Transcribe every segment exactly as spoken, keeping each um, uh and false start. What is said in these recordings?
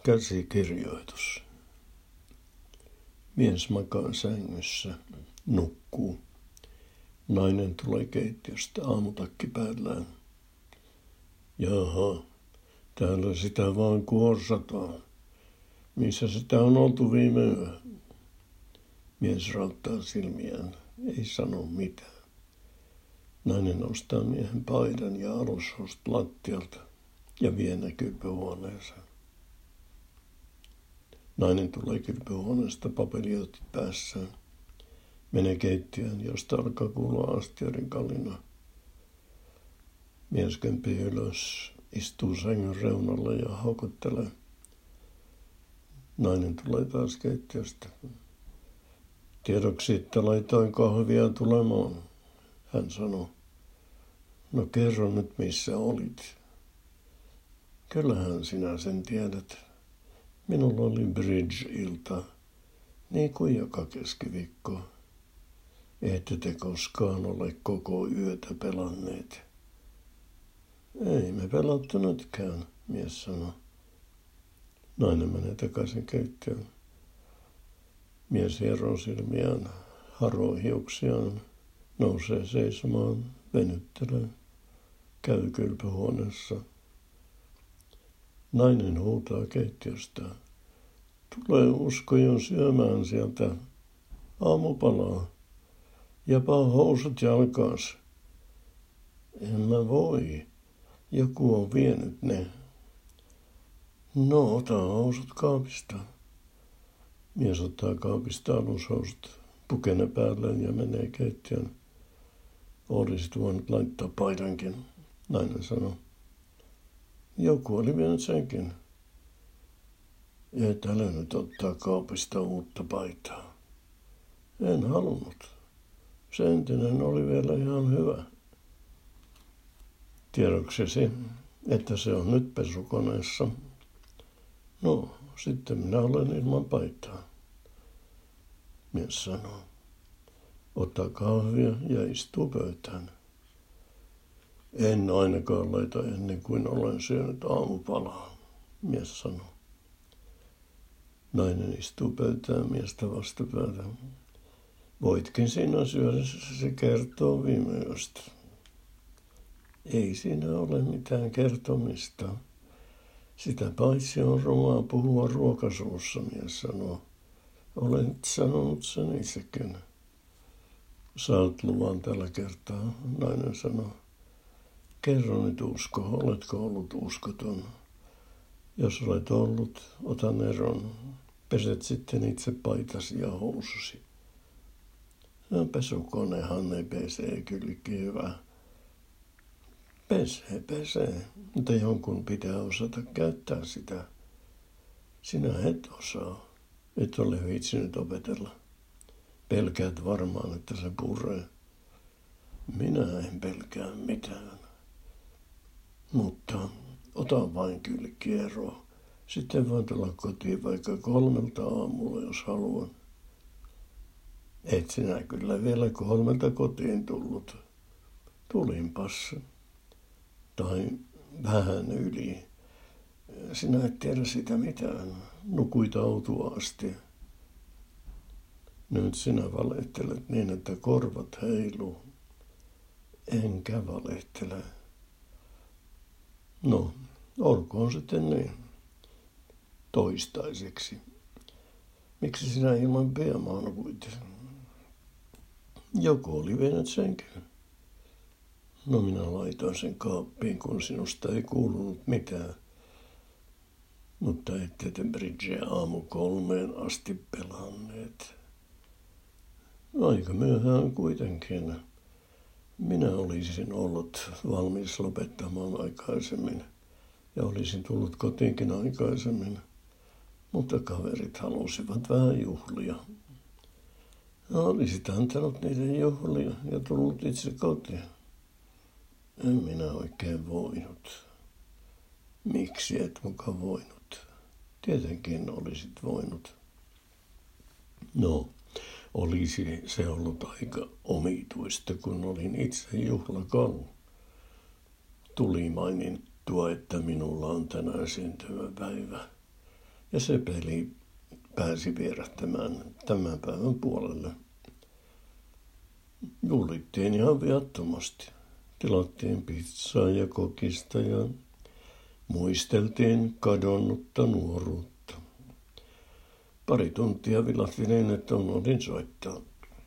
Käsikirjoitus. Mies makaa sängyssä, nukkuu. Nainen tulee keittiöstä aamutakki päällään. Jaha, täällä sitä vaan kuorsataan. Missä sitä on oltu viime yö? Mies rauttaa silmiään, ei sano mitään. Nainen nostaa miehen paidan ja alushousut lattialta ja vie ne kylpyhuoneeseen. Nainen tulee kylpyhuoneesta papeliotit päässään. Menee keittiöön, josta alkaa kuulua astioiden kalina. Mies kömpii ylös, istuu sängyn reunalla ja haukottelee. Nainen tulee taas keittiöstä. Tiedoksi, että laitoin kahvia tulemaan, hän sanoo. No kerro nyt, missä olit. Kyllähän sinä sen tiedät. Minulla oli bridge-ilta, niin kuin joka keskiviikko. Ette te koskaan ole koko yötä pelanneet. Ei me pelattu nytkään, mies sanoi. Nainen menee takaisin keittiöön. Mies hieroo silmiään, haroo hiuksiaan, nousee seisomaan, venyttelee, käy kylpyhuoneessa. Nainen huutaa keittiöstä. Tulee uskojon syömään sieltä. Aamupalaa. Japa housut jalkaas. En mä voi. Joku on vienyt ne. No, ota housut kaapista. Mies ottaa kaapista alushousut, pukee ne päälleen ja menee keittiön. Olisit voinut laittaa paidankin, nainen sanoi. Joku oli vienyt senkin. Et älynyt ottaa kaapista uutta paitaa. En halunnut. Se entinen oli vielä ihan hyvä. Tiedoksesi, että se on nyt pesukoneessa. No, sitten minä olen ilman paitaa. Mies sanoo. Ottaa kahvia ja istuu pöytään. En ainakaan laita ennen kuin olen syönyt aamupalaa, mies sanoo. Nainen istuu pöytään miestä vastapäätä. Voitkin sinä syödä, se kertoo viime yöstä. Ei siinä ole mitään kertomista. Sitä paitsi on rumaa puhua ruokasuussa, mies sanoo. Olen sanonut sen itsekin. Saat luvan tällä kertaa, nainen sanoo. Kerro nyt usko, oletko ollut uskoton? Jos olet ollut, otan eron. Peset sitten itse paitasi ja housusi. No, pesukonehan ne pesee kylläkin hyvä. Pesee, pesee, mutta jonkun pitää osata käyttää sitä. Sinä et osaa, et ole viitsinyt opetella. Pelkäät varmaan, että se puree. Minä en pelkää mitään. Mutta ota vain kylkierro. Sitten voin tulla kotiin vaikka kolmelta aamulla, jos haluan. Et sinä kyllä vielä kolmelta kotiin tullut. Tulinpas. Tai vähän yli. Sinä et tiedä sitä mitään. Nukuit autuaasti. Nyt sinä valehtelet niin, että korvat heiluu. Enkä valehtele. No, olkoon sitten niin. Toistaiseksi. Miksi sinä ilman Beamaa nukuit? Joku oli vienyt senkin. No minä laitoin sen kaappiin, kun sinusta ei kuulunut mitään. Mutta ette te bridgeä aamu kolmeen asti pelanneet. Aika myöhään kuitenkin. Minä olisin ollut valmis lopettamaan aikaisemmin ja olisin tullut kotiinkin aikaisemmin, mutta kaverit halusivat vähän juhlia. Olisit antanut niiden juhlia ja tullut itse kotiin. En minä oikein voinut. Miksi et muka voinut? Tietenkin olisit voinut. No, olisi se ollut aika omituista, kun olin itse juhlakalu. Tuli mainittua, että minulla on tänään syntymäpäivä. Ja se peli pääsi vierähtämään tämän päivän puolelle. Juhlittiin ihan viattomasti. Tilattiin pizzaa ja kokista ja muisteltiin kadonnutta nuoruutta. Pari tuntia vilahti niin, että unohdin soittaa.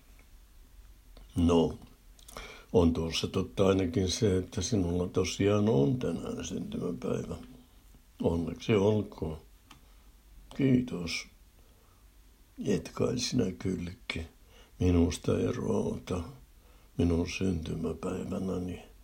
No, on tuossa totta ainakin se, että sinulla tosiaan on tänään syntymäpäivä. Onneksi olkoon. Kiitos. Et kai sinä kylläkin minusta eroa ota minun syntymäpäivänäni.